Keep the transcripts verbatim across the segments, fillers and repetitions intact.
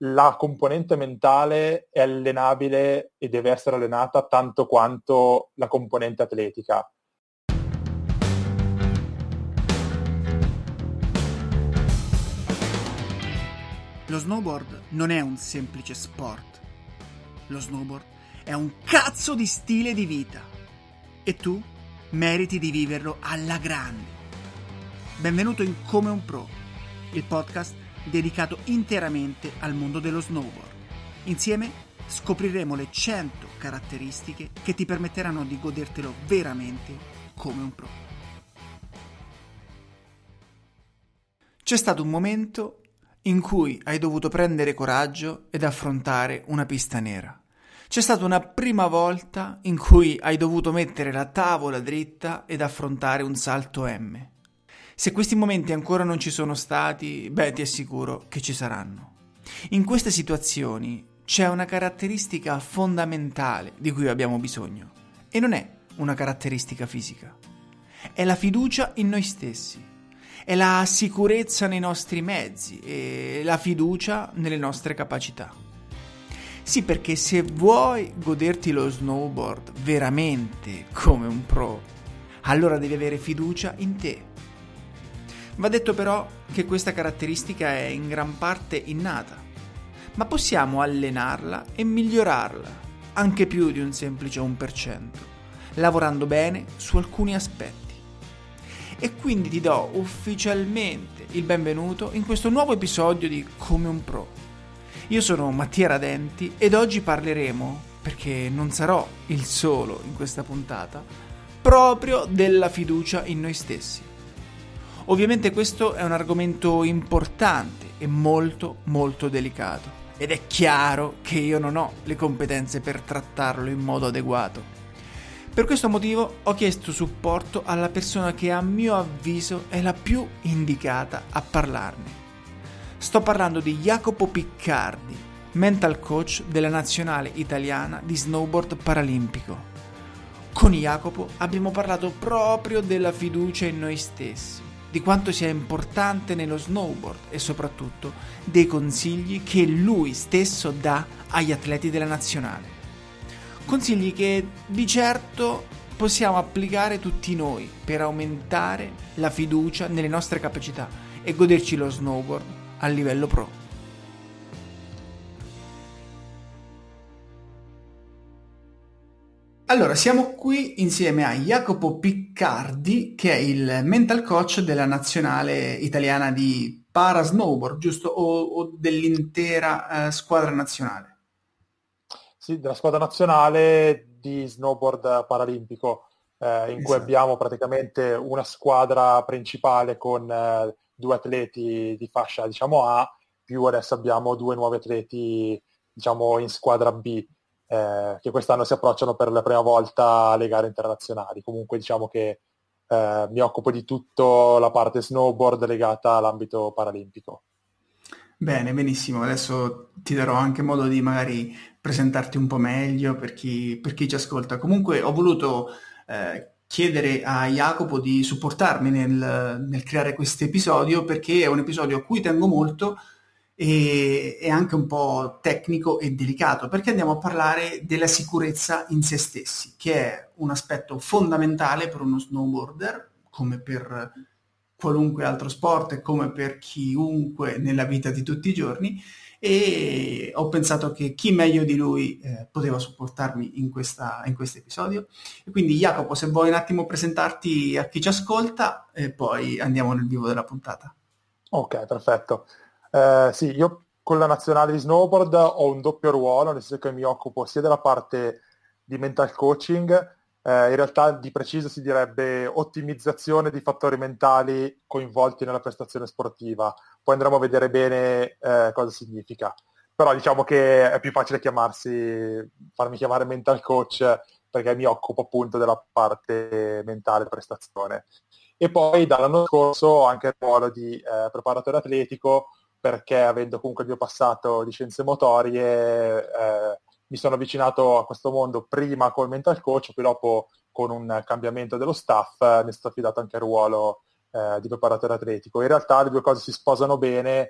la componente mentale è allenabile e deve essere allenata tanto quanto la componente atletica. Lo snowboard non è un semplice sport. Lo snowboard è un cazzo di stile di vita. E tu meriti di viverlo alla grande. Benvenuto in Come un Pro, il podcast dedicato interamente al mondo dello snowboard. Insieme scopriremo le cento caratteristiche che ti permetteranno di godertelo veramente come un pro. C'è stato un momento in cui hai dovuto prendere coraggio ed affrontare una pista nera. C'è stata una prima volta in cui hai dovuto mettere la tavola dritta ed affrontare un salto M. Se questi momenti ancora non ci sono stati, beh, ti assicuro che ci saranno. In queste situazioni c'è una caratteristica fondamentale di cui abbiamo bisogno, e non è una caratteristica fisica. È la fiducia in noi stessi. È la sicurezza nei nostri mezzi e la fiducia nelle nostre capacità. Sì, perché se vuoi goderti lo snowboard veramente come un pro, allora devi avere fiducia in te. Va detto però che questa caratteristica è in gran parte innata, ma possiamo allenarla e migliorarla, anche più di un semplice uno per cento, lavorando bene su alcuni aspetti. E quindi ti do ufficialmente il benvenuto in questo nuovo episodio di Come un Pro. Io sono Mattia Radenti ed oggi parleremo, perché non sarò il solo in questa puntata, proprio della fiducia in noi stessi. Ovviamente questo è un argomento importante e molto molto delicato, ed è chiaro che io non ho le competenze per trattarlo in modo adeguato. Per questo motivo ho chiesto supporto alla persona che a mio avviso è la più indicata a parlarne. Sto parlando di Jacopo Piccardi, mental coach della nazionale italiana di snowboard paralimpico. Con Jacopo abbiamo parlato proprio della fiducia in noi stessi, di quanto sia importante nello snowboard e soprattutto dei consigli che lui stesso dà agli atleti della nazionale. Consigli che di certo possiamo applicare tutti noi per aumentare la fiducia nelle nostre capacità e goderci lo snowboard a livello pro. Allora, siamo qui insieme a Jacopo Piccardi, che è il mental coach della nazionale italiana di para snowboard, giusto? O, o dell'intera eh, squadra nazionale? Sì, della squadra nazionale di snowboard paralimpico, eh, in Esatto. cui abbiamo praticamente una squadra principale con eh, due atleti di fascia, diciamo A, più adesso abbiamo due nuovi atleti, diciamo, in squadra B, eh, che quest'anno si approcciano per la prima volta alle gare internazionali. Comunque diciamo che eh, mi occupo di tutta la parte snowboard legata all'ambito paralimpico. Bene, benissimo. Adesso ti darò anche modo di magari presentarti un po' meglio per chi, per chi ci ascolta. Comunque ho voluto eh, chiedere a Jacopo di supportarmi nel, nel creare questo episodio, perché è un episodio a cui tengo molto e è anche un po' tecnico e delicato, perché andiamo a parlare della sicurezza in se stessi, che è un aspetto fondamentale per uno snowboarder, come per qualunque altro sport e come per chiunque nella vita di tutti i giorni, e ho pensato che chi meglio di lui eh, poteva supportarmi in questa, in questo episodio. E quindi Jacopo, se vuoi un attimo presentarti a chi ci ascolta e poi andiamo nel vivo della puntata. Ok, perfetto. Eh, sì, io con la nazionale di snowboard ho un doppio ruolo, nel senso che mi occupo sia della parte di mental coaching, eh, in realtà di preciso si direbbe ottimizzazione di fattori mentali coinvolti nella prestazione sportiva. Poi andremo a vedere bene eh, cosa significa. Però diciamo che è più facile chiamarsi, farmi chiamare mental coach perché mi occupo appunto della parte mentale prestazione. E poi dall'anno scorso ho anche il ruolo di eh, preparatore atletico, perché avendo comunque il mio passato di scienze motorie eh, mi sono avvicinato a questo mondo prima col mental coach, poi dopo con un cambiamento dello staff eh, mi è stato affidato anche il ruolo eh, di preparatore atletico. In realtà le due cose si sposano bene,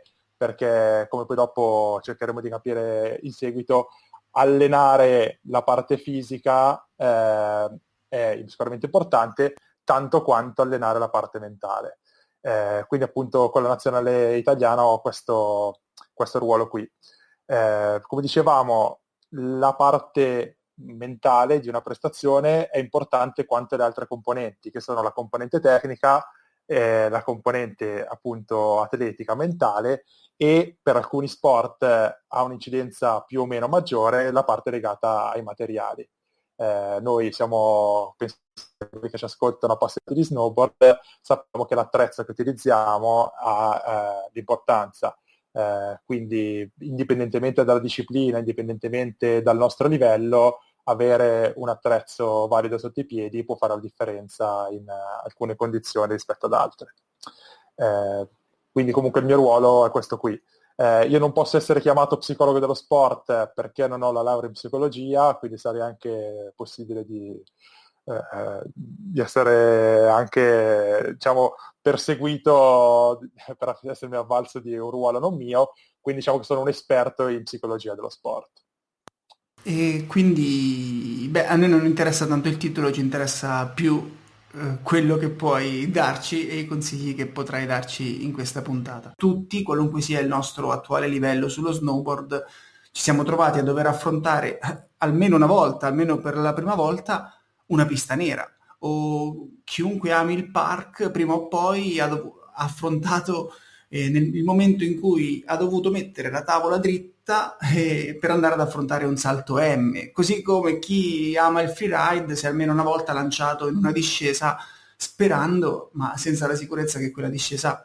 perché come poi dopo cercheremo di capire in seguito, allenare la parte fisica eh, è sicuramente importante, tanto quanto allenare la parte mentale. Eh, quindi appunto con la nazionale italiana ho questo, questo ruolo qui. Eh, come dicevamo, la parte mentale di una prestazione è importante quanto le altre componenti, che sono la componente tecnica, eh, la componente appunto atletica, mentale, e per alcuni sport eh, ha un'incidenza più o meno maggiore la parte legata ai materiali. Eh, noi siamo, penso che ci ascoltano appassionati di snowboard, sappiamo che l'attrezzo che utilizziamo ha eh, l'importanza. Eh, quindi indipendentemente dalla disciplina, indipendentemente dal nostro livello, avere un attrezzo valido sotto i piedi può fare la differenza in uh, alcune condizioni rispetto ad altre. Eh, quindi comunque il mio ruolo è questo qui. Eh, io non posso essere chiamato psicologo dello sport perché non ho la laurea in psicologia, quindi sarei anche possibile di, eh, di essere anche, diciamo, perseguito per essermi avvalso di un ruolo non mio, quindi diciamo che sono un esperto in psicologia dello sport. E quindi, beh, a noi non interessa tanto il titolo, ci interessa più eh, quello che puoi darci e i consigli che potrai darci in questa puntata. Tutti, qualunque sia il nostro attuale livello sullo snowboard, ci siamo trovati a dover affrontare eh, almeno una volta, almeno per la prima volta, una pista nera. O chiunque ami il park, prima o poi ha, dov- ha affrontato eh, nel il momento in cui ha dovuto mettere la tavola dritta eh, per andare ad affrontare un salto M, così come chi ama il freeride si è almeno una volta lanciato in una discesa sperando, ma senza la sicurezza che quella discesa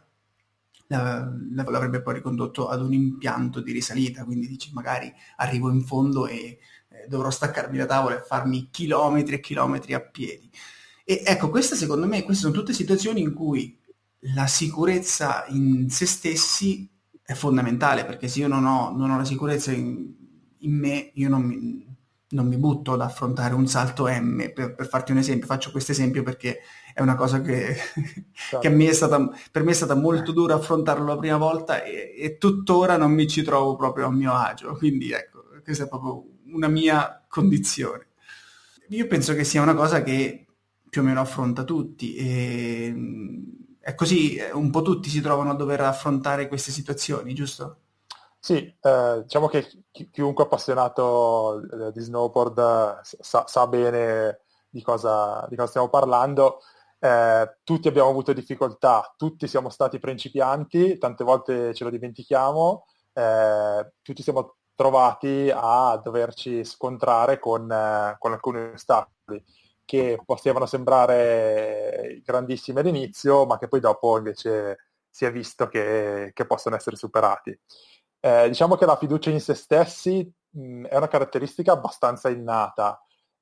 la- la- l'avrebbe poi ricondotto ad un impianto di risalita, quindi dici magari arrivo in fondo e eh, dovrò staccarmi la tavola e farmi chilometri e chilometri a piedi. E ecco, queste secondo me, queste sono tutte situazioni in cui la sicurezza in se stessi è fondamentale, perché se io non ho, non ho la sicurezza in, in me, io non mi, non mi butto ad affrontare un salto M. Per, per farti un esempio, faccio questo esempio perché è una cosa che, che a me è stata, per me è stata molto dura affrontarlo la prima volta e, e tuttora non mi ci trovo proprio a mio agio. Quindi ecco, questa è proprio una mia condizione. Io penso che sia una cosa che più o meno affronta tutti e mh, è così, eh, un po' tutti si trovano a dover affrontare queste situazioni, giusto? Sì, eh, diciamo che chi- chiunque appassionato eh, di snowboard eh, sa, sa bene di cosa, di cosa stiamo parlando. Eh, tutti abbiamo avuto difficoltà, tutti siamo stati principianti, tante volte ce lo dimentichiamo, eh, tutti siamo trovati a doverci scontrare con, eh, con alcuni ostacoli che potevano sembrare grandissimi all'inizio, ma che poi dopo invece si è visto che, che possono essere superati. Eh, diciamo che la fiducia in se stessi mh, è una caratteristica abbastanza innata,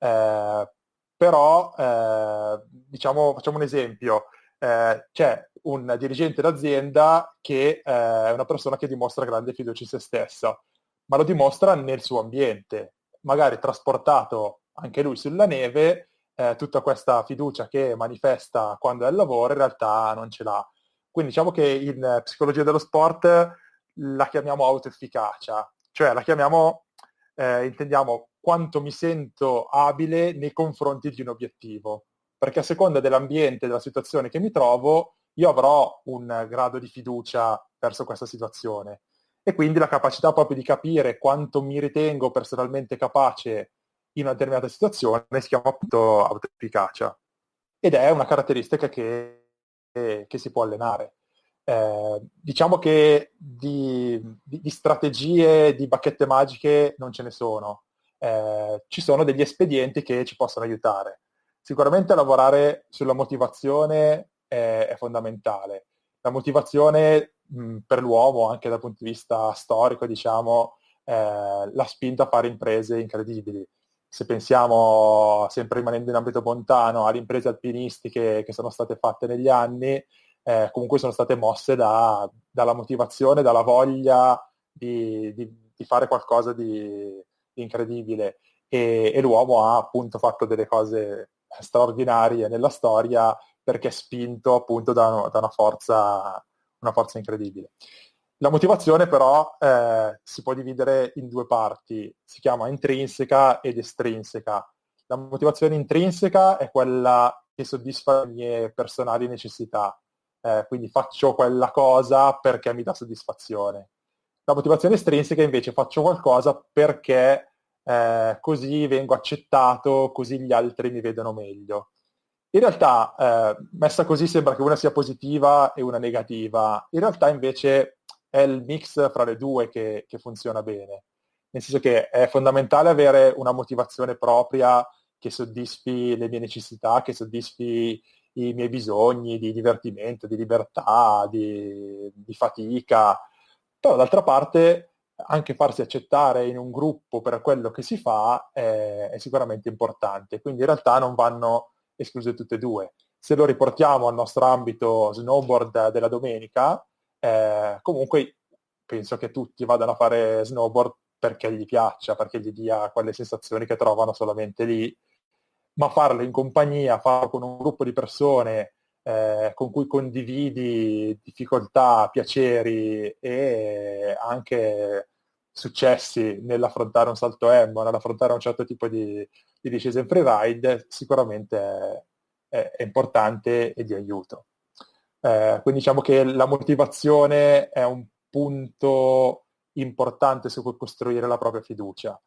eh, però eh, diciamo, facciamo un esempio. Eh, c'è un dirigente d'azienda che eh, è una persona che dimostra grande fiducia in se stessa, ma lo dimostra nel suo ambiente, magari trasportato anche lui sulla neve, eh, tutta questa fiducia che manifesta quando è al lavoro in realtà non ce l'ha. Quindi diciamo che in eh, psicologia dello sport la chiamiamo autoefficacia, cioè la chiamiamo, eh, intendiamo quanto mi sento abile nei confronti di un obiettivo, perché a seconda dell'ambiente, della situazione che mi trovo, io avrò un grado di fiducia verso questa situazione e quindi la capacità proprio di capire quanto mi ritengo personalmente capace in una determinata situazione si chiama appunto autoefficacia ed è una caratteristica che, che si può allenare. Eh, diciamo che di, di, di strategie, di bacchette magiche non ce ne sono. Eh, ci sono degli espedienti che ci possono aiutare. Sicuramente lavorare sulla motivazione è, è fondamentale. La motivazione mh, per l'uomo, anche dal punto di vista storico, diciamo, eh, l'ha spinta a fare imprese incredibili. Se pensiamo, sempre rimanendo in ambito montano, alle imprese alpinistiche che sono state fatte negli anni, eh, comunque sono state mosse da, dalla motivazione, dalla voglia di, di, di fare qualcosa di, di incredibile e, e l'uomo ha appunto fatto delle cose straordinarie nella storia perché è spinto appunto da, da una forza, una forza incredibile. La motivazione però eh, si può dividere in due parti, si chiama intrinseca ed estrinseca. La motivazione intrinseca è quella che soddisfa le mie personali necessità, eh, quindi faccio quella cosa perché mi dà soddisfazione. La motivazione estrinseca invece faccio qualcosa perché eh, così vengo accettato, così gli altri mi vedono meglio. In realtà, eh, messa così sembra che una sia positiva e una negativa, in realtà invece è il mix fra le due che, che funziona bene. Nel senso che è fondamentale avere una motivazione propria che soddisfi le mie necessità, che soddisfi i miei bisogni di divertimento, di libertà, di, di fatica. Però d'altra parte anche farsi accettare in un gruppo per quello che si fa è, è sicuramente importante. Quindi in realtà non vanno escluse tutte e due. Se lo riportiamo al nostro ambito snowboard della domenica, eh, comunque penso che tutti vadano a fare snowboard perché gli piaccia, perché gli dia quelle sensazioni che trovano solamente lì, ma farlo in compagnia, farlo con un gruppo di persone eh, con cui condividi difficoltà, piaceri e anche successi nell'affrontare un salto M o nell'affrontare un certo tipo di, di discesa in freeride, sicuramente è, è, è importante e di aiuto. Eh, quindi diciamo che la motivazione è un punto importante su cui costruire la propria fiducia.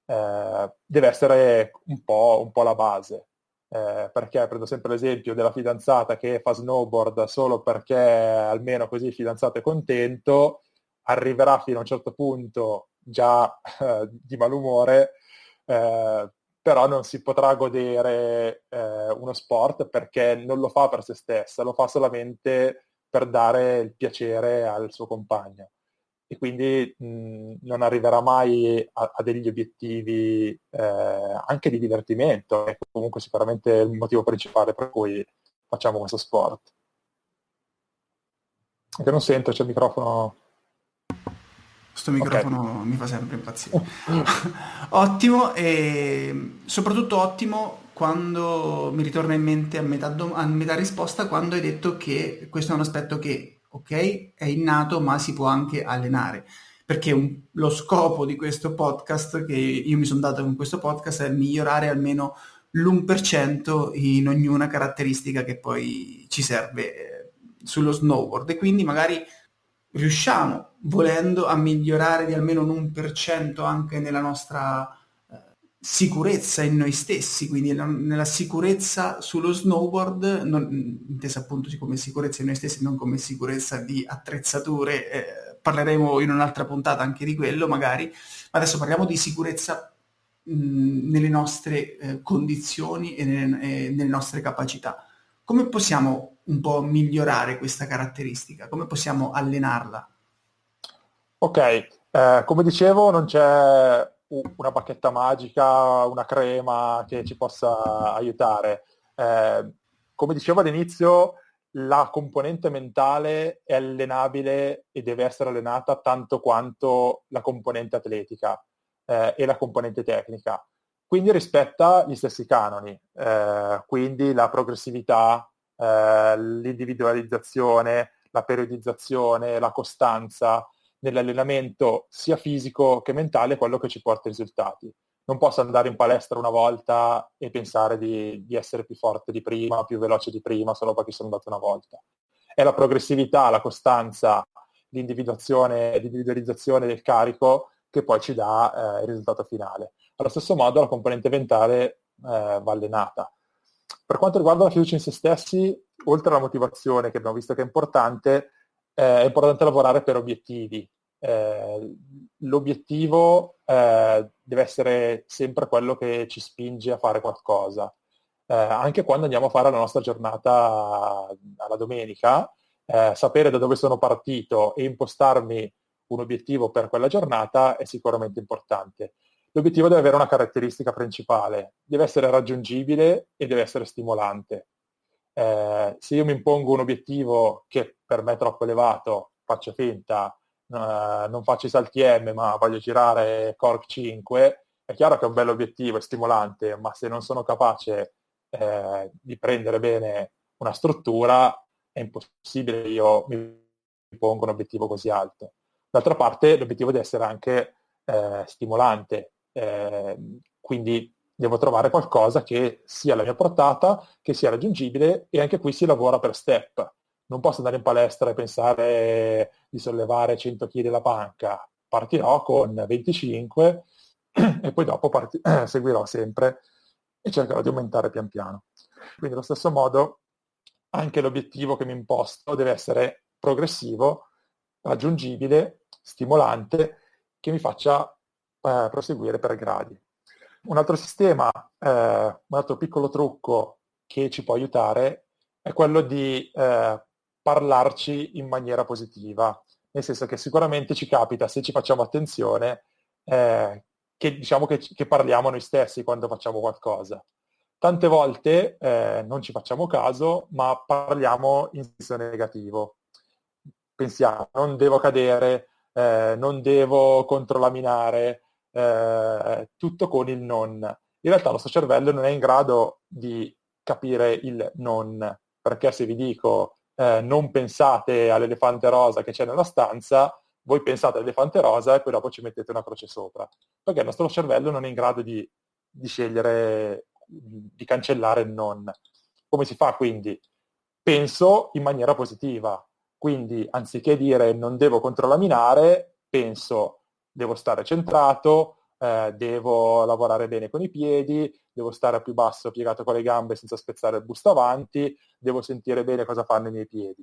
Eh, deve essere un po', un po' la base. Eh, perché prendo sempre l'esempio della fidanzata che fa snowboard solo perché almeno così il fidanzato è contento, arriverà fino a un certo punto già eh, di malumore, eh, però non si potrà godere eh, uno sport perché non lo fa per se stessa, lo fa solamente per dare il piacere al suo compagno e quindi mh, non arriverà mai a, a degli obiettivi eh, anche di divertimento, è comunque sicuramente il motivo principale per cui facciamo questo sport. Che non sento, c'è il microfono. Questo Ok. microfono mi fa sempre impazzire. Ottimo e soprattutto ottimo quando mi ritorna in mente a metà, dom- a metà risposta quando hai detto che questo è un aspetto che, ok, è innato ma si può anche allenare. Perché un- lo scopo di questo podcast che io mi sono dato con questo podcast è migliorare almeno l'uno per cento in ognuna caratteristica che poi ci serve eh, sullo snowboard e quindi magari riusciamo, volendo, a migliorare di almeno un uno per cento anche nella nostra eh, sicurezza in noi stessi, quindi nella, nella sicurezza sullo snowboard, non, intesa appunto come sicurezza in noi stessi, non come sicurezza di attrezzature, eh, parleremo in un'altra puntata anche di quello magari, ma adesso parliamo di sicurezza mh, nelle nostre eh, condizioni e nelle, e nelle nostre capacità. Come possiamo un po' migliorare questa caratteristica? Come possiamo allenarla? Ok, eh, come dicevo non c'è u- una bacchetta magica, una crema che ci possa aiutare. Eh, come dicevo all'inizio, la componente mentale è allenabile e deve essere allenata tanto quanto la componente atletica eh, e la componente tecnica. Quindi rispetta gli stessi canoni, eh, quindi la progressività, eh, l'individualizzazione, la periodizzazione, la costanza nell'allenamento sia fisico che mentale è quello che ci porta ai risultati. Non posso andare in palestra una volta e pensare di, di essere più forte di prima, più veloce di prima, solo perché sono andato una volta. È la progressività, la costanza, l'individuazione, l'individualizzazione del carico che poi ci dà eh, il risultato finale. Allo stesso modo la componente mentale eh, va allenata. Per quanto riguarda la fiducia in se stessi, oltre alla motivazione che abbiamo visto che è importante, eh, è importante lavorare per obiettivi. Eh, l'obiettivo eh, deve essere sempre quello che ci spinge a fare qualcosa. Eh, anche quando andiamo a fare la nostra giornata alla domenica, eh, sapere da dove sono partito e impostarmi un obiettivo per quella giornata è sicuramente importante. L'obiettivo deve avere una caratteristica principale, deve essere raggiungibile e deve essere stimolante. Eh, se io mi impongo un obiettivo che per me è troppo elevato, faccio finta, eh, non faccio i salti M, ma voglio girare Cork cinque, è chiaro che è un bello obiettivo, è stimolante, ma se non sono capace eh, di prendere bene una struttura, è impossibile che io mi pongo un obiettivo così alto. D'altra parte l'obiettivo deve essere anche eh, stimolante, eh, quindi devo trovare qualcosa che sia alla mia portata, che sia raggiungibile, e anche qui si lavora per step. Non posso andare in palestra e pensare di sollevare cento chili alla panca, partirò con venticinque e poi dopo parti- seguirò sempre e cercherò di aumentare pian piano. Quindi allo stesso modo anche l'obiettivo che mi imposto deve essere progressivo, raggiungibile, stimolante, che mi faccia eh, proseguire per gradi. Un altro sistema, eh, un altro piccolo trucco che ci può aiutare è quello di eh, parlarci in maniera positiva, nel senso che sicuramente ci capita, se ci facciamo attenzione, eh, che diciamo che, che parliamo noi stessi quando facciamo qualcosa. Tante volte eh, non ci facciamo caso, ma parliamo in senso negativo. Pensiamo, non devo cadere, eh, non devo controlaminare, eh, tutto con il non. In realtà il nostro cervello non è in grado di capire il non, perché se vi dico eh, non pensate all'elefante rosa che c'è nella stanza, voi pensate all'elefante rosa e poi dopo ci mettete una croce sopra, perché il nostro cervello non è in grado di, di scegliere, di cancellare il non. Come si fa quindi? Penso in maniera positiva, quindi anziché dire non devo controlaminare, penso devo stare centrato, eh, devo lavorare bene con i piedi, devo stare a più basso piegato con le gambe senza spezzare il busto avanti, devo sentire bene cosa fanno i miei piedi.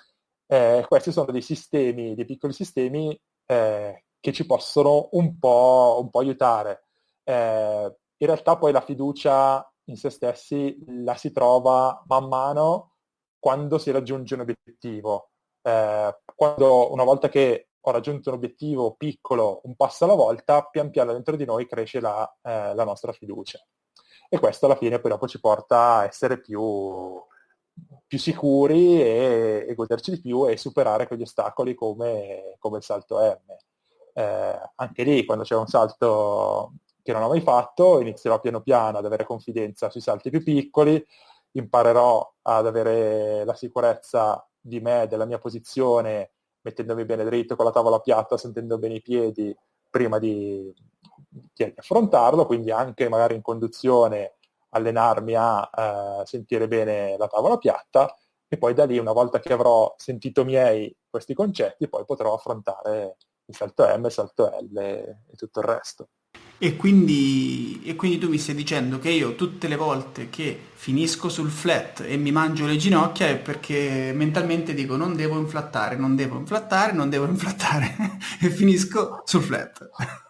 Eh, questi sono dei sistemi, dei piccoli sistemi eh, che ci possono un po', un po' aiutare. Eh, in realtà poi la fiducia in se stessi la si trova man mano quando si raggiunge un obiettivo. Eh, quando una volta che ho raggiunto un obiettivo piccolo, un passo alla volta, pian piano dentro di noi cresce la, eh, la nostra fiducia. E questo alla fine poi dopo ci porta a essere più, più sicuri e, e goderci di più e superare quegli ostacoli come, come il salto M. Eh, anche lì, quando c'è un salto che non ho mai fatto, inizierò piano piano ad avere confidenza sui salti più piccoli, imparerò ad avere la sicurezza di me, della mia posizione, mettendomi bene dritto con la tavola piatta, sentendo bene i piedi prima di, di affrontarlo, quindi anche magari in conduzione allenarmi a eh, sentire bene la tavola piatta, e poi da lì, una volta che avrò sentito miei questi concetti, poi potrò affrontare il salto M, il salto L e, e tutto il resto. E quindi, e quindi tu mi stai dicendo che io tutte le volte che finisco sul flat e mi mangio le ginocchia è perché mentalmente dico non devo inflattare, non devo inflattare, non devo inflattare e finisco sul flat.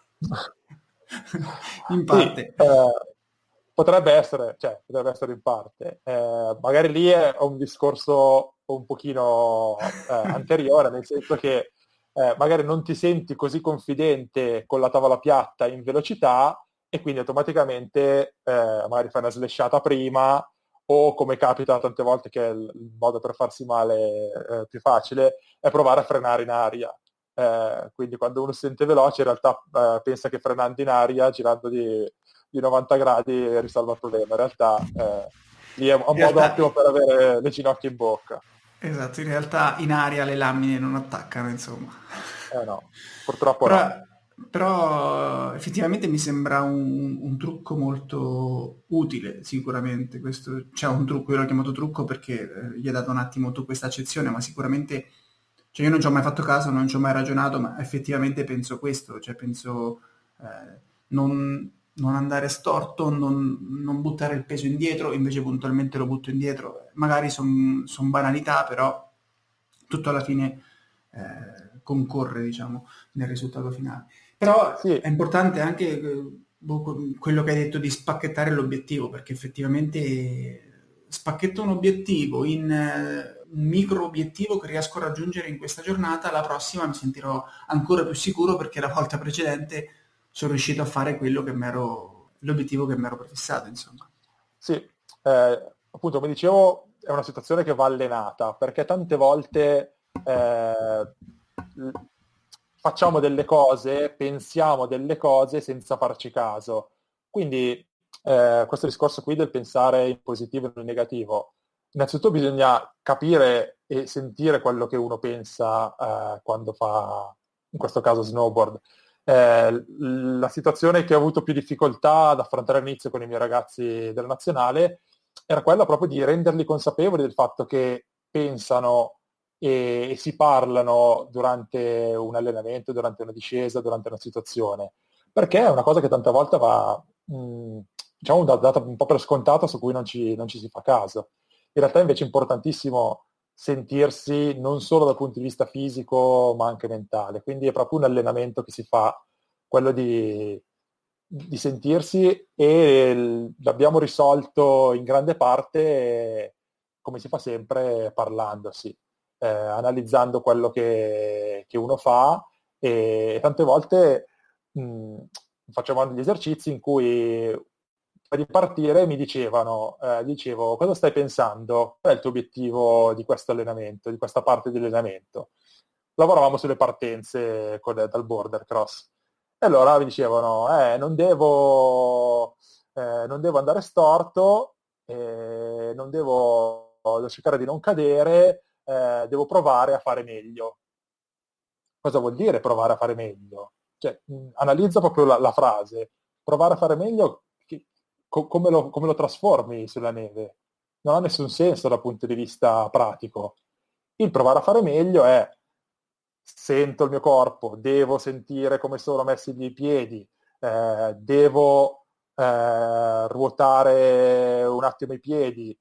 In Sì, parte. eh, potrebbe essere, cioè, potrebbe essere in parte. Eh, magari lì è un discorso un pochino eh, anteriore, nel senso che eh, magari non ti senti così confidente con la tavola piatta in velocità e quindi automaticamente eh, magari fai una slashata prima, o come capita tante volte che il, il modo per farsi male eh, più facile è provare a frenare in aria. Eh, quindi quando uno si sente veloce in realtà eh, pensa che frenando in aria, girando di, di novanta gradi, risolva il problema. In realtà eh, lì è un In modo realtà, ottimo per avere le ginocchia in bocca. esatto, in realtà in aria le lamine non attaccano, insomma. Eh no, purtroppo Però, no. però effettivamente mi sembra un, un trucco molto utile, sicuramente. Questo, c'è un trucco, io l'ho chiamato trucco perché eh, gli hai dato un attimo tu questa accezione, ma sicuramente, cioè io non ci ho mai fatto caso, non ci ho mai ragionato, ma effettivamente penso questo, cioè penso eh, non, non andare storto, non, non buttare il peso indietro, invece puntualmente lo butto indietro. Magari sono banalità, però tutto alla fine eh, concorre, diciamo, nel risultato finale. Però Sì, è importante anche eh, boh, quello che hai detto di spacchettare l'obiettivo, perché effettivamente spacchetto un obiettivo in eh, un micro obiettivo che riesco a raggiungere in questa giornata, la prossima mi sentirò ancora più sicuro perché la volta precedente sono riuscito a fare quello che mi ero, l'obiettivo che mi ero prefissato, insomma. sì, eh, appunto come dicevo è una situazione che va allenata, perché tante volte eh, l- facciamo delle cose, pensiamo delle cose senza farci caso. Quindi eh, questo discorso qui del pensare in positivo e in negativo, innanzitutto bisogna capire e sentire quello che uno pensa eh, quando fa, in questo caso snowboard. Eh, la situazione che ho avuto più difficoltà ad affrontare all'inizio con i miei ragazzi della nazionale era quella proprio di renderli consapevoli del fatto che pensano e, e si parlano durante un allenamento, durante una discesa, durante una situazione, perché è una cosa che tante volte va, mh, diciamo, data un po' per scontata, su cui non ci, non ci si fa caso. In realtà invece è importantissimo sentirsi non solo dal punto di vista fisico, ma anche mentale. Quindi è proprio un allenamento che si fa, quello di, di sentirsi, e l'abbiamo risolto in grande parte, come si fa sempre, parlandosi, eh, analizzando quello che, che uno fa, e tante volte mh, facevamo degli esercizi in cui di partire mi dicevano, eh, dicevo, cosa stai pensando? Qual è il tuo obiettivo di questo allenamento, di questa parte di allenamento? Lavoravamo sulle partenze con, dal border cross. E allora mi dicevano, eh, non devo, eh, non devo andare storto, eh, non devo, devo cercare di non cadere, eh, devo provare a fare meglio. Cosa vuol dire provare a fare meglio? Cioè, mh, analizza proprio la, la frase. Provare a fare meglio, che, co- come, lo, come lo trasformi sulla neve? Non ha nessun senso dal punto di vista pratico. Il provare a fare meglio è: sento il mio corpo, devo sentire come sono messi i piedi, eh, devo eh, ruotare un attimo i piedi,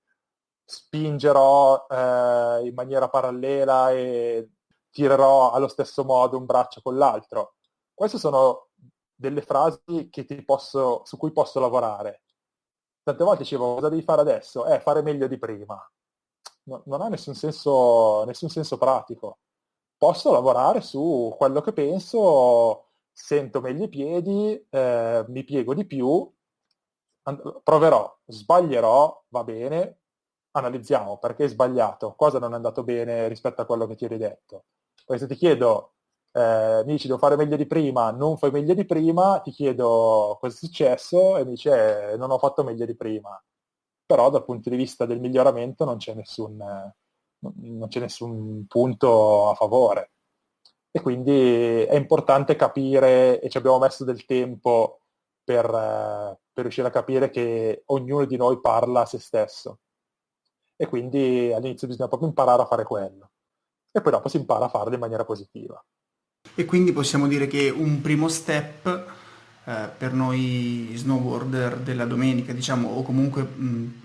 spingerò eh, in maniera parallela e tirerò allo stesso modo un braccio con l'altro. Queste sono delle frasi che ti posso, su cui posso lavorare. Tante volte dicevo, cosa devi fare adesso? Eh, fare meglio di prima. No, non ha nessun senso, nessun senso pratico. Posso lavorare su quello che penso, sento meglio i piedi, eh, mi piego di più, and- proverò, sbaglierò, va bene, analizziamo perché hai sbagliato, cosa non è andato bene rispetto a quello che ti eri detto. Poi se ti chiedo, eh, mi dici devo fare meglio di prima, non fai meglio di prima, ti chiedo cosa è successo e mi dice eh, non ho fatto meglio di prima. Però dal punto di vista del miglioramento non c'è nessun, eh, non c'è nessun punto a favore. E quindi è importante capire, e ci abbiamo messo del tempo per, eh, per riuscire a capire che ognuno di noi parla a se stesso. E quindi all'inizio bisogna proprio imparare a fare quello. E poi dopo si impara a farlo in maniera positiva. E quindi possiamo dire che un primo step eh, per noi snowboarder della domenica, diciamo, o comunque mh,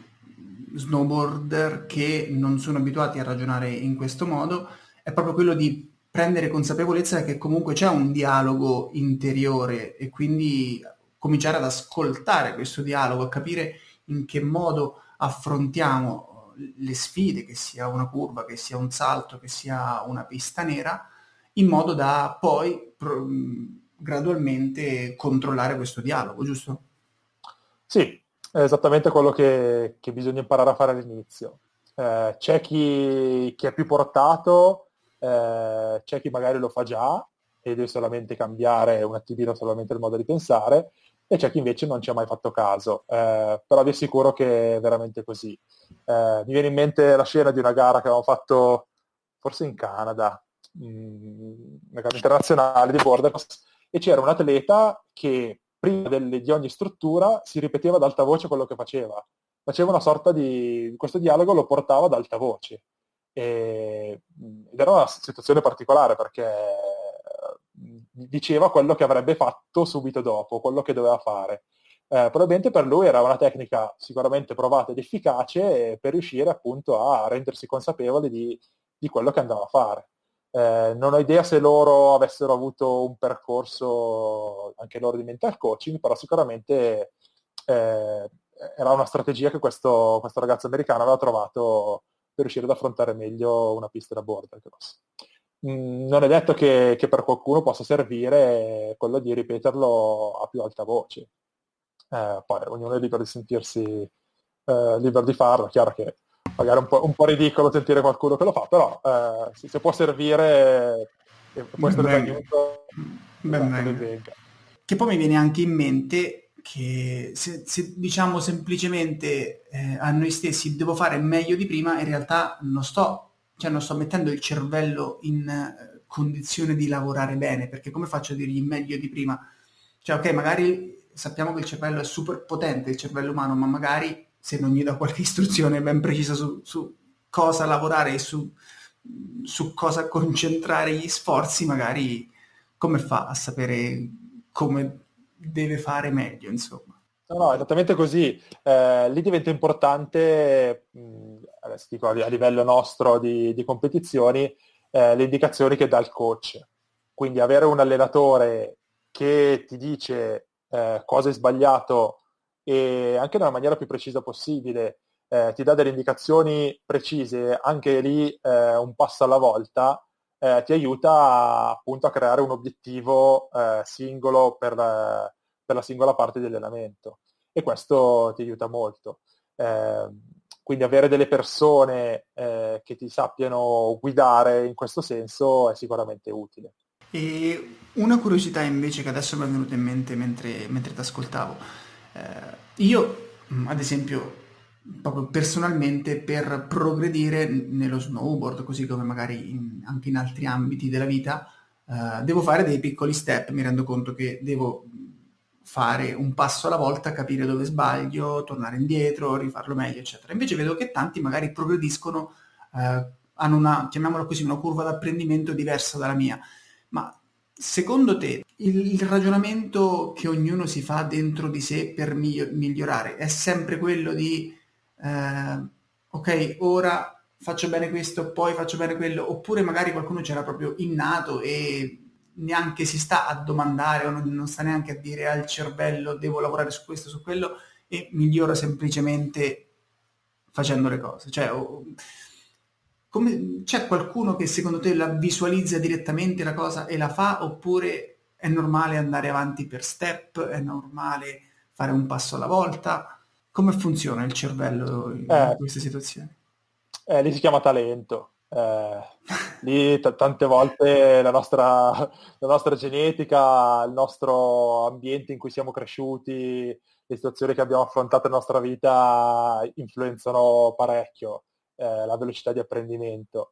snowboarder che non sono abituati a ragionare in questo modo, è proprio quello di prendere consapevolezza che comunque c'è un dialogo interiore e quindi cominciare ad ascoltare questo dialogo, a capire in che modo affrontiamo le sfide, che sia una curva, che sia un salto, che sia una pista nera, in modo da poi pro- gradualmente controllare questo dialogo, giusto? Sì, è esattamente quello che, che bisogna imparare a fare all'inizio. Eh, c'è chi, chi è più portato, eh, c'è chi magari lo fa già e deve solamente cambiare un attimino solamente il modo di pensare, e c'è chi invece non ci ha mai fatto caso. Eh, però vi assicuro che è veramente così. Eh, mi viene in mente la scena di una gara che avevamo fatto forse in Canada, mh, una gara internazionale di border, e c'era un atleta che prima del- di ogni struttura si ripeteva ad alta voce quello che faceva. Faceva una sorta di... questo dialogo lo portava ad alta voce. E, ed era una situazione particolare perché mh, diceva quello che avrebbe fatto subito dopo, quello che doveva fare. Eh, probabilmente per lui era una tecnica sicuramente provata ed efficace per riuscire appunto a rendersi consapevole di, di quello che andava a fare. Eh, non ho idea se loro avessero avuto un percorso anche loro di mental coaching, però sicuramente eh, era una strategia che questo, questo ragazzo americano aveva trovato per riuscire ad affrontare meglio una pista da border cross. Mm, non è detto che, che per qualcuno possa servire quello di ripeterlo a più alta voce. Eh, poi ognuno è libero di sentirsi eh, libero di farlo. È chiaro che magari è un po', un po' ridicolo sentire qualcuno che lo fa, però eh, se, se può servire e può Ben essere venga, d'aiuto, ben esatto, ben venga. venga. Che poi mi viene anche in mente che se, se diciamo semplicemente eh, a noi stessi devo fare meglio di prima, in realtà non sto, cioè non sto mettendo il cervello in eh, condizione di lavorare bene, perché come faccio a dirgli meglio di prima? Cioè, ok, magari sappiamo che il cervello è super potente, il cervello umano, ma magari se non gli do qualche istruzione ben precisa su, su cosa lavorare e su, su cosa concentrare gli sforzi, magari come fa a sapere come deve fare meglio, insomma. No, no, esattamente così. Eh, lì diventa importante, mh, adesso dico a a livello nostro di, di competizioni, eh, le indicazioni che dà il coach. Quindi avere un allenatore che ti dice eh, cosa è sbagliato e anche nella maniera più precisa possibile, eh, ti dà delle indicazioni precise, anche lì eh, un passo alla volta, eh, ti aiuta appunto a creare un obiettivo eh, singolo per, eh, per la singola parte di allenamento. E questo ti aiuta molto. Eh, quindi avere delle persone eh, che ti sappiano guidare in questo senso è sicuramente utile. E una curiosità invece che adesso mi è venuta in mente mentre, mentre ti ascoltavo. Eh, io, mh, ad esempio, proprio personalmente, per progredire n- nello snowboard, così come magari in- anche in altri ambiti della vita, eh, devo fare dei piccoli step. Mi rendo conto che devo fare un passo alla volta, capire dove sbaglio, tornare indietro, rifarlo meglio, eccetera. Invece vedo che tanti magari progrediscono, eh, hanno una, chiamiamola così, una curva d'apprendimento diversa dalla mia. Ma secondo te il, il ragionamento che ognuno si fa dentro di sé per miglio- migliorare è sempre quello di eh, ok, ora faccio bene questo, poi faccio bene quello, oppure magari qualcuno c'era proprio innato e neanche si sta a domandare o non, non sta neanche a dire al cervello devo lavorare su questo, su quello e migliora semplicemente facendo le cose. Cioè, o- come, c'è qualcuno che secondo te la visualizza direttamente la cosa e la fa, oppure è normale andare avanti per step, è normale fare un passo alla volta? Come funziona il cervello in Eh, queste situazioni? eh, lì si chiama talento. Eh, lì t- tante volte la nostra, la nostra genetica, il nostro ambiente in cui siamo cresciuti, le situazioni che abbiamo affrontato nella nostra vita influenzano parecchio eh, la velocità di apprendimento.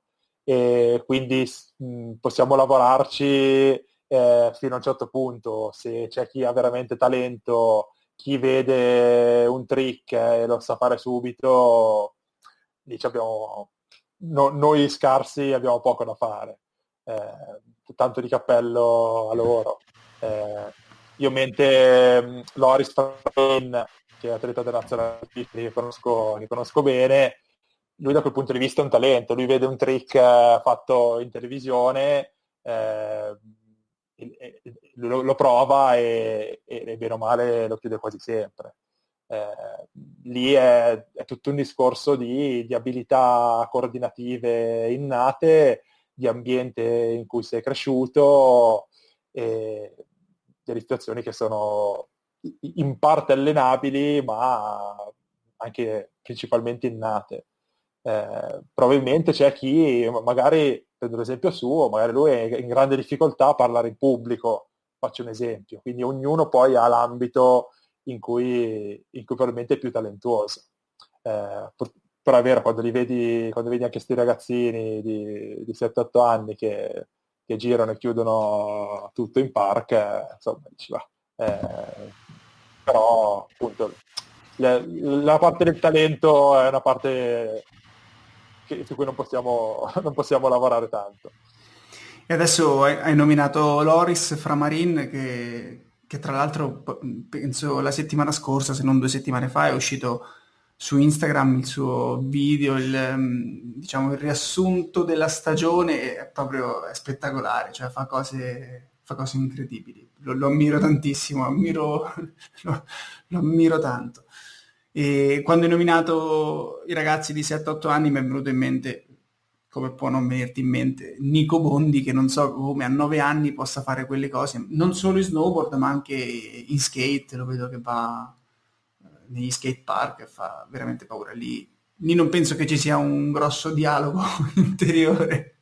E quindi s- mh, possiamo lavorarci eh, fino a un certo punto. Se c'è chi ha veramente talento, chi vede un trick e lo sa fare subito, lì ci abbiamo, no- noi scarsi abbiamo poco da fare. Eh, tanto di cappello a loro. Eh, io mente mh, Loris Farin, che è atleta della nazionale che conosco, che conosco bene, lui da quel punto di vista è un talento, lui vede un trick eh, fatto in televisione, eh, e- e- lo, lo prova e, e bene o male lo chiude quasi sempre. Eh, lì è, è tutto un discorso di, di abilità coordinative innate, di ambiente in cui sei cresciuto e delle situazioni che sono in parte allenabili, ma anche principalmente innate. Eh, probabilmente c'è chi, magari, prendo l'esempio suo, magari lui è in grande difficoltà a parlare in pubblico, faccio un esempio, quindi ognuno poi ha l'ambito in cui, in cui probabilmente è più talentuoso. Eh, pur- però è vero, quando li vedi, quando vedi anche questi ragazzini di, di sette otto anni che, che girano e chiudono tutto in park, eh, insomma, dici, va. Eh, però appunto la, la parte del talento è una parte che- su cui non possiamo, non possiamo lavorare tanto. E adesso hai, hai nominato Loris Framarin che, che tra l'altro p- penso la settimana scorsa, se non due settimane fa, è uscito su Instagram il suo video, il, ehm, diciamo, il riassunto della stagione è proprio è spettacolare, cioè fa cose, fa cose incredibili. Lo, lo ammiro tantissimo, ammiro, lo, lo ammiro tanto. E quando hai nominato i ragazzi di sette otto anni mi è venuto in mente, come può non venirti in mente, Nico Bondi che non so come a nove anni possa fare quelle cose, non solo in snowboard ma anche in skate, lo vedo che va eh, negli skate park e fa veramente paura. Lì, lì non penso che ci sia un grosso dialogo interiore,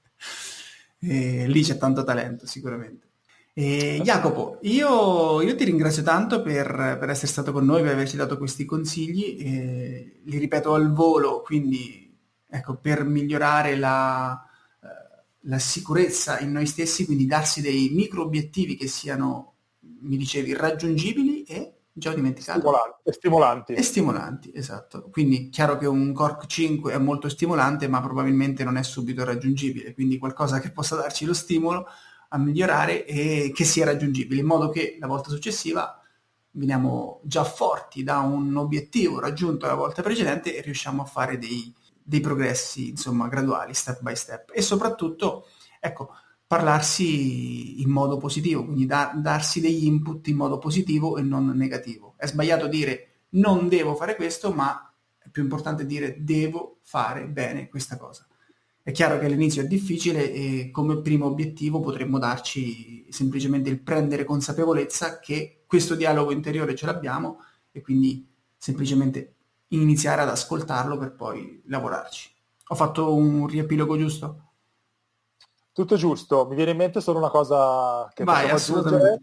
e lì c'è tanto talento sicuramente. E Jacopo, io, io ti ringrazio tanto per, per essere stato con noi, per averci dato questi consigli, e li ripeto al volo, quindi ecco, per migliorare la, eh, la sicurezza in noi stessi, quindi darsi dei micro obiettivi che siano, mi dicevi, raggiungibili e, già ho dimenticato, Stimolanti, e stimolanti. e stimolanti, esatto. Quindi chiaro che un Cork cinque è molto stimolante, ma probabilmente non è subito raggiungibile, quindi qualcosa che possa darci lo stimolo a migliorare e che sia raggiungibile, in modo che la volta successiva veniamo già forti da un obiettivo raggiunto la volta precedente e riusciamo a fare dei, dei progressi, insomma, graduali, step by step. E soprattutto, ecco, parlarsi in modo positivo, quindi da- darsi degli input in modo positivo e non negativo. È sbagliato dire non devo fare questo, ma è più importante dire devo fare bene questa cosa. È chiaro che all'inizio è difficile e come primo obiettivo potremmo darci semplicemente il prendere consapevolezza che questo dialogo interiore ce l'abbiamo e quindi semplicemente iniziare ad ascoltarlo per poi lavorarci. Ho fatto un riepilogo giusto? Tutto giusto, mi viene in mente solo una cosa che Vai, possiamo assolutamente. aggiungere.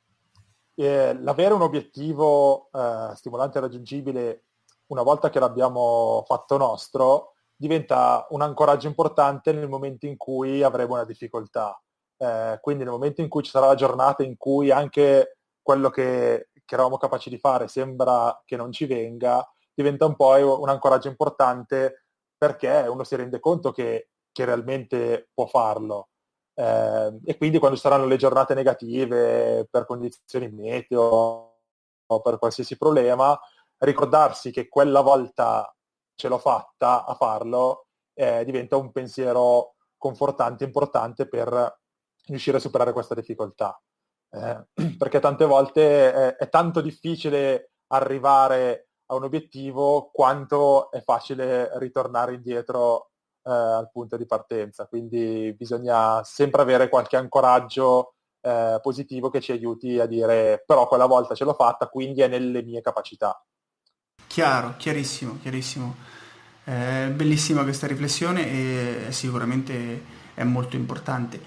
Eh, l'avere un obiettivo eh, stimolante e raggiungibile una volta che l'abbiamo fatto nostro diventa un ancoraggio importante nel momento in cui avremo una difficoltà. Eh, quindi nel momento in cui ci sarà la giornata in cui anche quello che, che eravamo capaci di fare sembra che non ci venga, diventa un po' un ancoraggio importante perché uno si rende conto che, che realmente può farlo. Eh, e quindi quando ci saranno le giornate negative per condizioni meteo o per qualsiasi problema, ricordarsi che quella volta ce l'ho fatta a farlo eh, diventa un pensiero confortante, importante per riuscire a superare questa difficoltà. Eh, perché tante volte è, è tanto difficile arrivare a un obiettivo quanto è facile ritornare indietro eh, al punto di partenza, quindi bisogna sempre avere qualche ancoraggio eh, positivo che ci aiuti a dire però quella volta ce l'ho fatta, quindi è nelle mie capacità. Chiaro, chiarissimo, chiarissimo. Eh, bellissima questa riflessione e sicuramente è molto importante.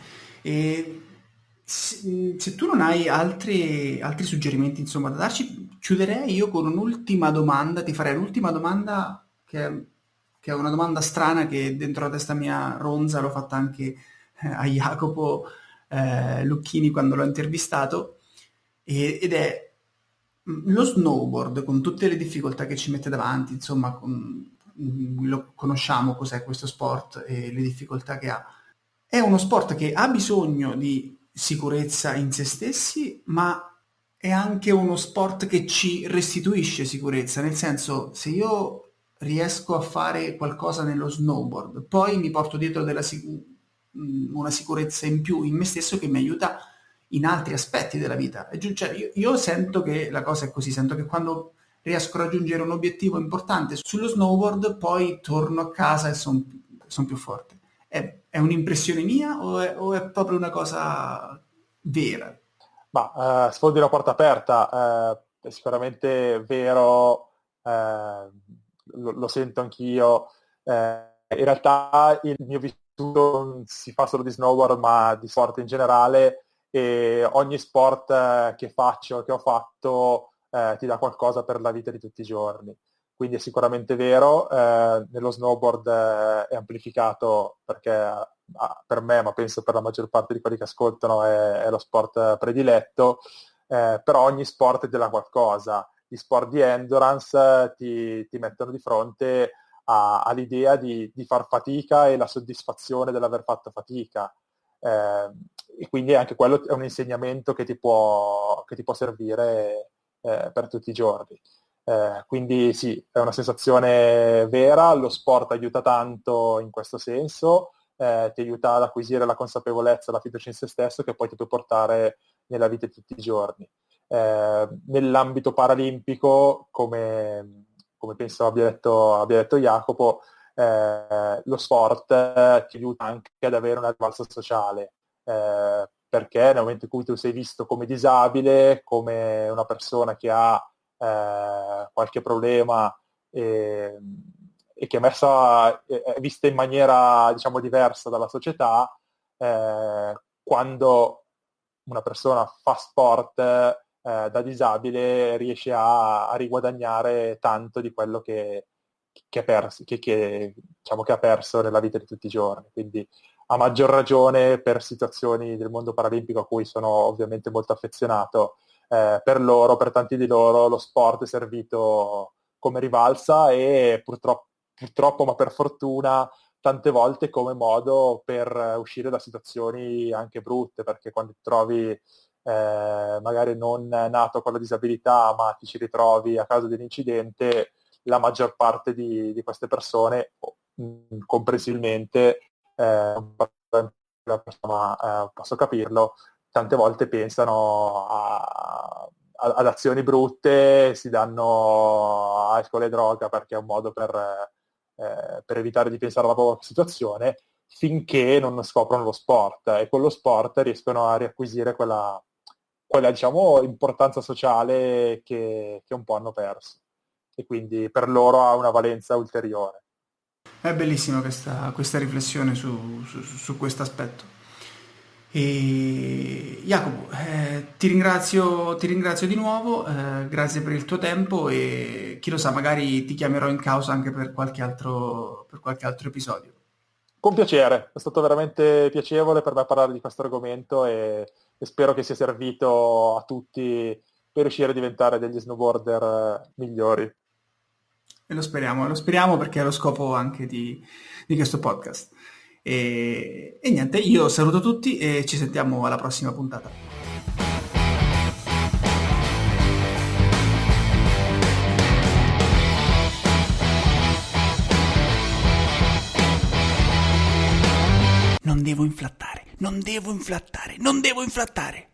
E se, se tu non hai altri, altri suggerimenti, insomma, da darci, chiuderei io con un'ultima domanda. Ti farei l'ultima domanda che, che è una domanda strana che dentro la testa mia ronza, l'ho fatta anche eh, a Jacopo eh, Lucchini quando l'ho intervistato, e- ed è mm, lo snowboard con tutte le difficoltà che ci mette davanti, insomma, con- mm, lo conosciamo cos'è questo sport e le difficoltà che ha. È uno sport che ha bisogno di sicurezza in se stessi, ma è anche uno sport che ci restituisce sicurezza, nel senso, se io riesco a fare qualcosa nello snowboard, poi mi porto dietro della sicu- mm, una sicurezza in più in me stesso che mi aiuta in altri aspetti della vita. È giu- cioè, io, io sento che la cosa è così, sento che quando riesco a raggiungere un obiettivo importante sullo snowboard, poi torno a casa e sono più forte. È, è un'impressione mia o è, o è proprio una cosa vera? Ma eh, sfondi una porta aperta, eh, è sicuramente vero, eh, lo, lo sento anch'io. Eh, in realtà il mio vissuto non si fa solo di snowboard, ma di sport in generale, e ogni sport eh, che faccio, che ho fatto, eh, ti dà qualcosa per la vita di tutti i giorni. Quindi è sicuramente vero, eh, nello snowboard eh, è amplificato perché ah, per me, ma penso per la maggior parte di quelli che ascoltano, è, è lo sport prediletto, eh, però ogni sport ti dà qualcosa. Gli sport di endurance eh, ti, ti mettono di fronte a, all'idea di, di far fatica e la soddisfazione dell'aver fatto fatica. Eh, e quindi anche quello è un insegnamento che ti può, che ti può servire eh, per tutti i giorni. Eh, quindi sì, è una sensazione vera, lo sport aiuta tanto in questo senso, eh, ti aiuta ad acquisire la consapevolezza, la fiducia in se stesso che poi ti puoi portare nella vita di tutti i giorni. Eh, nell'ambito paralimpico, come, come penso abbia detto, abbia detto Jacopo, eh, lo sport eh, ti aiuta anche ad avere una rivalsa sociale, eh, perché nel momento in cui tu sei visto come disabile, come una persona che ha eh, qualche problema e, e che è messa, è vista in maniera diciamo diversa dalla società, eh, quando una persona fa sport eh, da disabile riesce a, a riguadagnare tanto di quello che, che, ha perso, che, che, diciamo, che ha perso nella vita di tutti i giorni. Quindi a maggior ragione per situazioni del mondo paralimpico a cui sono ovviamente molto affezionato. Eh, per loro, per tanti di loro, lo sport è servito come rivalsa e purtroppo, purtroppo, ma per fortuna, tante volte come modo per uscire da situazioni anche brutte, perché quando ti trovi eh, magari non nato con la disabilità, ma ti ci ritrovi a causa di un incidente, la maggior parte di, di queste persone, mh, comprensibilmente, eh, ma eh, posso capirlo, tante volte pensano a, a, ad azioni brutte, si danno alcol e droga perché è un modo per, eh, per evitare di pensare alla propria situazione, finché non scoprono lo sport, e con lo sport riescono a riacquisire quella, quella diciamo, importanza sociale che, che un po' hanno perso, e quindi per loro ha una valenza ulteriore. È bellissima questa, questa riflessione su, su, su questo aspetto. E Jacopo, eh, ti ringrazio, ti ringrazio di nuovo, eh, grazie per il tuo tempo e chi lo sa, magari ti chiamerò in causa anche per qualche altro, per qualche altro episodio. Con piacere, è stato veramente piacevole per me parlare di questo argomento e, e spero che sia servito a tutti per riuscire a diventare degli snowboarder migliori. E lo speriamo, lo speriamo perché è lo scopo anche di, di questo podcast. E, e niente, io saluto tutti e ci sentiamo alla prossima puntata. Non devo inflattare, non devo inflattare, non devo inflattare.